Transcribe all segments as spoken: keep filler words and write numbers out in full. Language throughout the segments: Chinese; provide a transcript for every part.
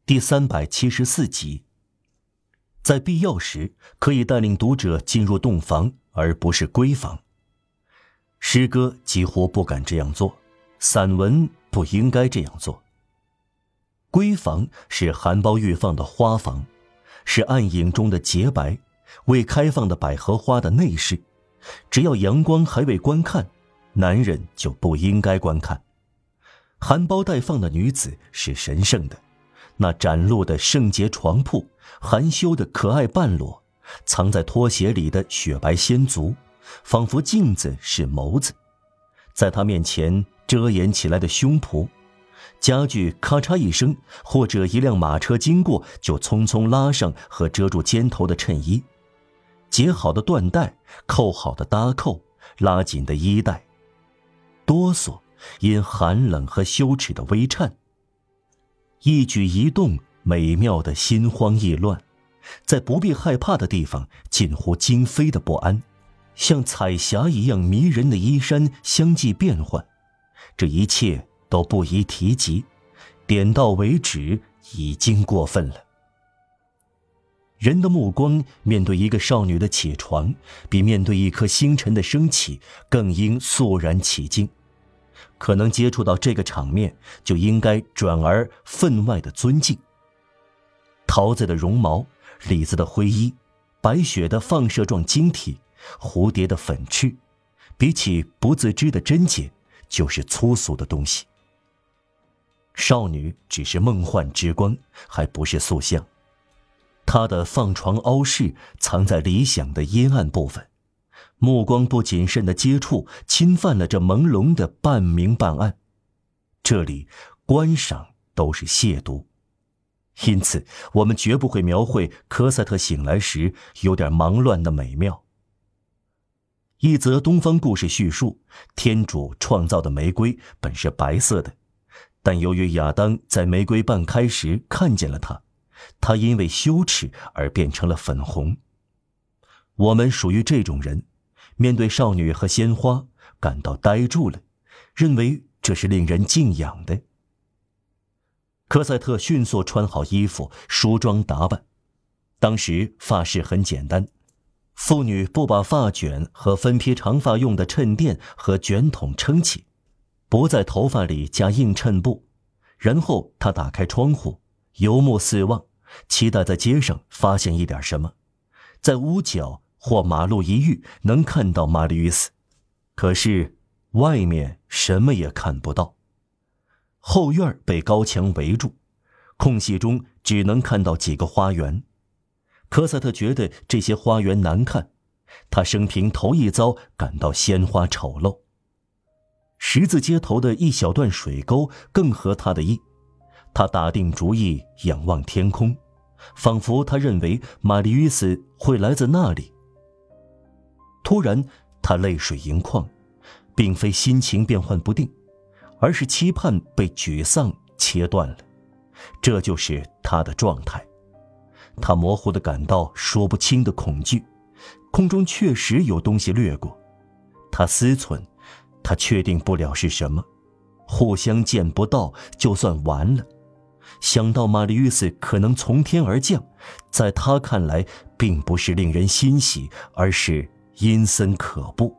第三百七十四集。在必要时，可以带领读者进入洞房，而不是闺房。诗歌几乎不敢这样做，散文不应该这样做。闺房是含苞欲放的花房，是暗影中的洁白，未开放的百合花的内饰。只要阳光还未观看，男人就不应该观看。含苞待放的女子是神圣的，那展露的圣洁床铺，含羞的可爱半裸，藏在拖鞋里的雪白仙足，仿佛镜子是眸子。在她面前遮掩起来的胸脯，家具咔嚓一声，或者一辆马车经过，就匆匆拉上和遮住肩头的衬衣，解好的缎带，扣好的搭扣，拉紧的衣带，哆嗦因寒冷和羞耻的微颤，一举一动美妙的心慌意乱，在不必害怕的地方近乎惊飞的不安，像彩霞一样迷人的衣衫相继变换，这一切都不宜提及，点到为止已经过分了。人的目光面对一个少女的起床，比面对一颗星辰的升起更应肃然起敬。可能接触到这个场面，就应该转而分外的尊敬。桃子的绒毛，李子的灰衣，白雪的放射状晶体，蝴蝶的粉翅，比起不自知的贞洁，就是粗俗的东西。少女只是梦幻之光，还不是塑像。她的放床凹饰藏在理想的阴暗部分，目光不谨慎的接触侵犯了这朦胧的半明半暗，这里观赏都是亵渎。因此我们绝不会描绘科赛特醒来时有点忙乱的美妙。一则东方故事叙述，天主创造的玫瑰本是白色的，但由于亚当在玫瑰半开时看见了它，它因为羞耻而变成了粉红。我们属于这种人，面对少女和鲜花感到呆住了，认为这是令人敬仰的。科赛特迅速穿好衣服，梳妆打扮。当时发饰很简单，妇女不把发卷和分披长发用的衬垫和卷筒撑起，不在头发里加硬衬布。然后她打开窗户，游目四望，期待在街上发现一点什么，在屋角或马路一隅能看到玛丽与斯，可是外面什么也看不到。后院被高墙围住，空隙中只能看到几个花园。科赛特觉得这些花园难看，他生平头一遭感到鲜花丑陋。十字街头的一小段水沟更合他的意，他打定主意仰望天空，仿佛他认为玛丽与斯会来自那里。突然他泪水盈眶，并非心情变幻不定，而是期盼被沮丧切断了，这就是他的状态。他模糊地感到说不清的恐惧，空中确实有东西掠过，他思忖，他确定不了是什么，互相见不到就算完了。想到玛丽与斯可能从天而降，在他看来并不是令人欣喜，而是阴森可怖。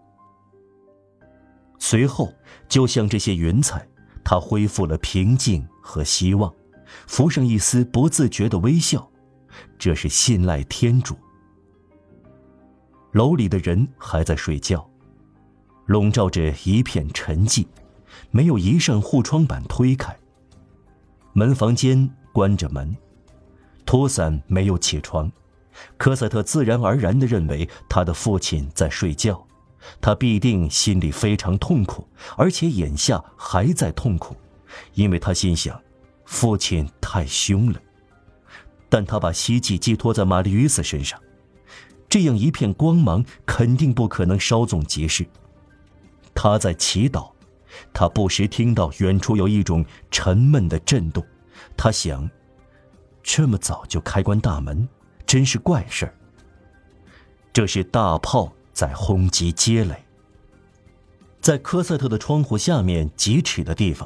随后就像这些云彩，他恢复了平静和希望，浮上一丝不自觉的微笑，这是信赖天主。楼里的人还在睡觉，笼罩着一片沉寂，没有一扇护窗板推开。门房间关着门，托伞没有起床。科赛特自然而然地认为他的父亲在睡觉，他必定心里非常痛苦，而且眼下还在痛苦，因为他心想父亲太凶了。但他把希冀寄托在玛丽与斯身上，这样一片光芒肯定不可能稍纵即逝。他在祈祷，他不时听到远处有一种沉闷的震动，他想，这么早就开关大门，真是怪事儿。这是大炮在轰击街垒。在科赛特的窗户下面几尺的地方，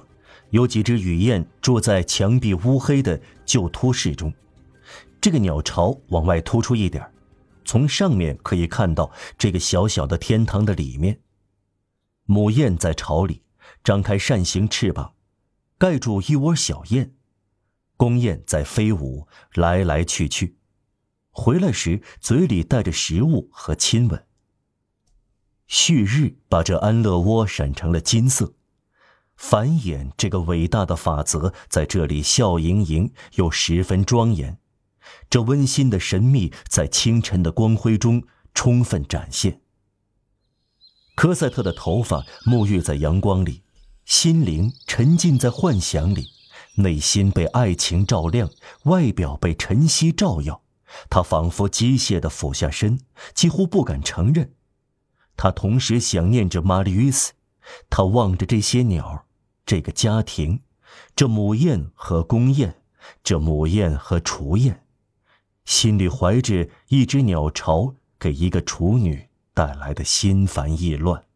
有几只雨燕住在墙壁乌黑的旧突室中，这个鸟巢往外突出一点，从上面可以看到这个小小的天堂的里面。母燕在巢里张开扇形翅膀，盖住一窝小燕，公燕在飞舞，来来去去，回来时嘴里带着食物和亲吻。旭日把这安乐窝闪成了金色，繁衍这个伟大的法则在这里笑盈盈又十分庄严，这温馨的神秘在清晨的光辉中充分展现。科赛特的头发沐浴在阳光里，心灵沉浸在幻想里，内心被爱情照亮，外表被晨曦照耀。他仿佛机械地俯下身，几乎不敢承认。他同时想念着玛丽与斯，他望着这些鸟，这个家庭，这母燕和公燕，这母燕和雏燕，心里怀着一只鸟巢给一个处女带来的心烦意乱。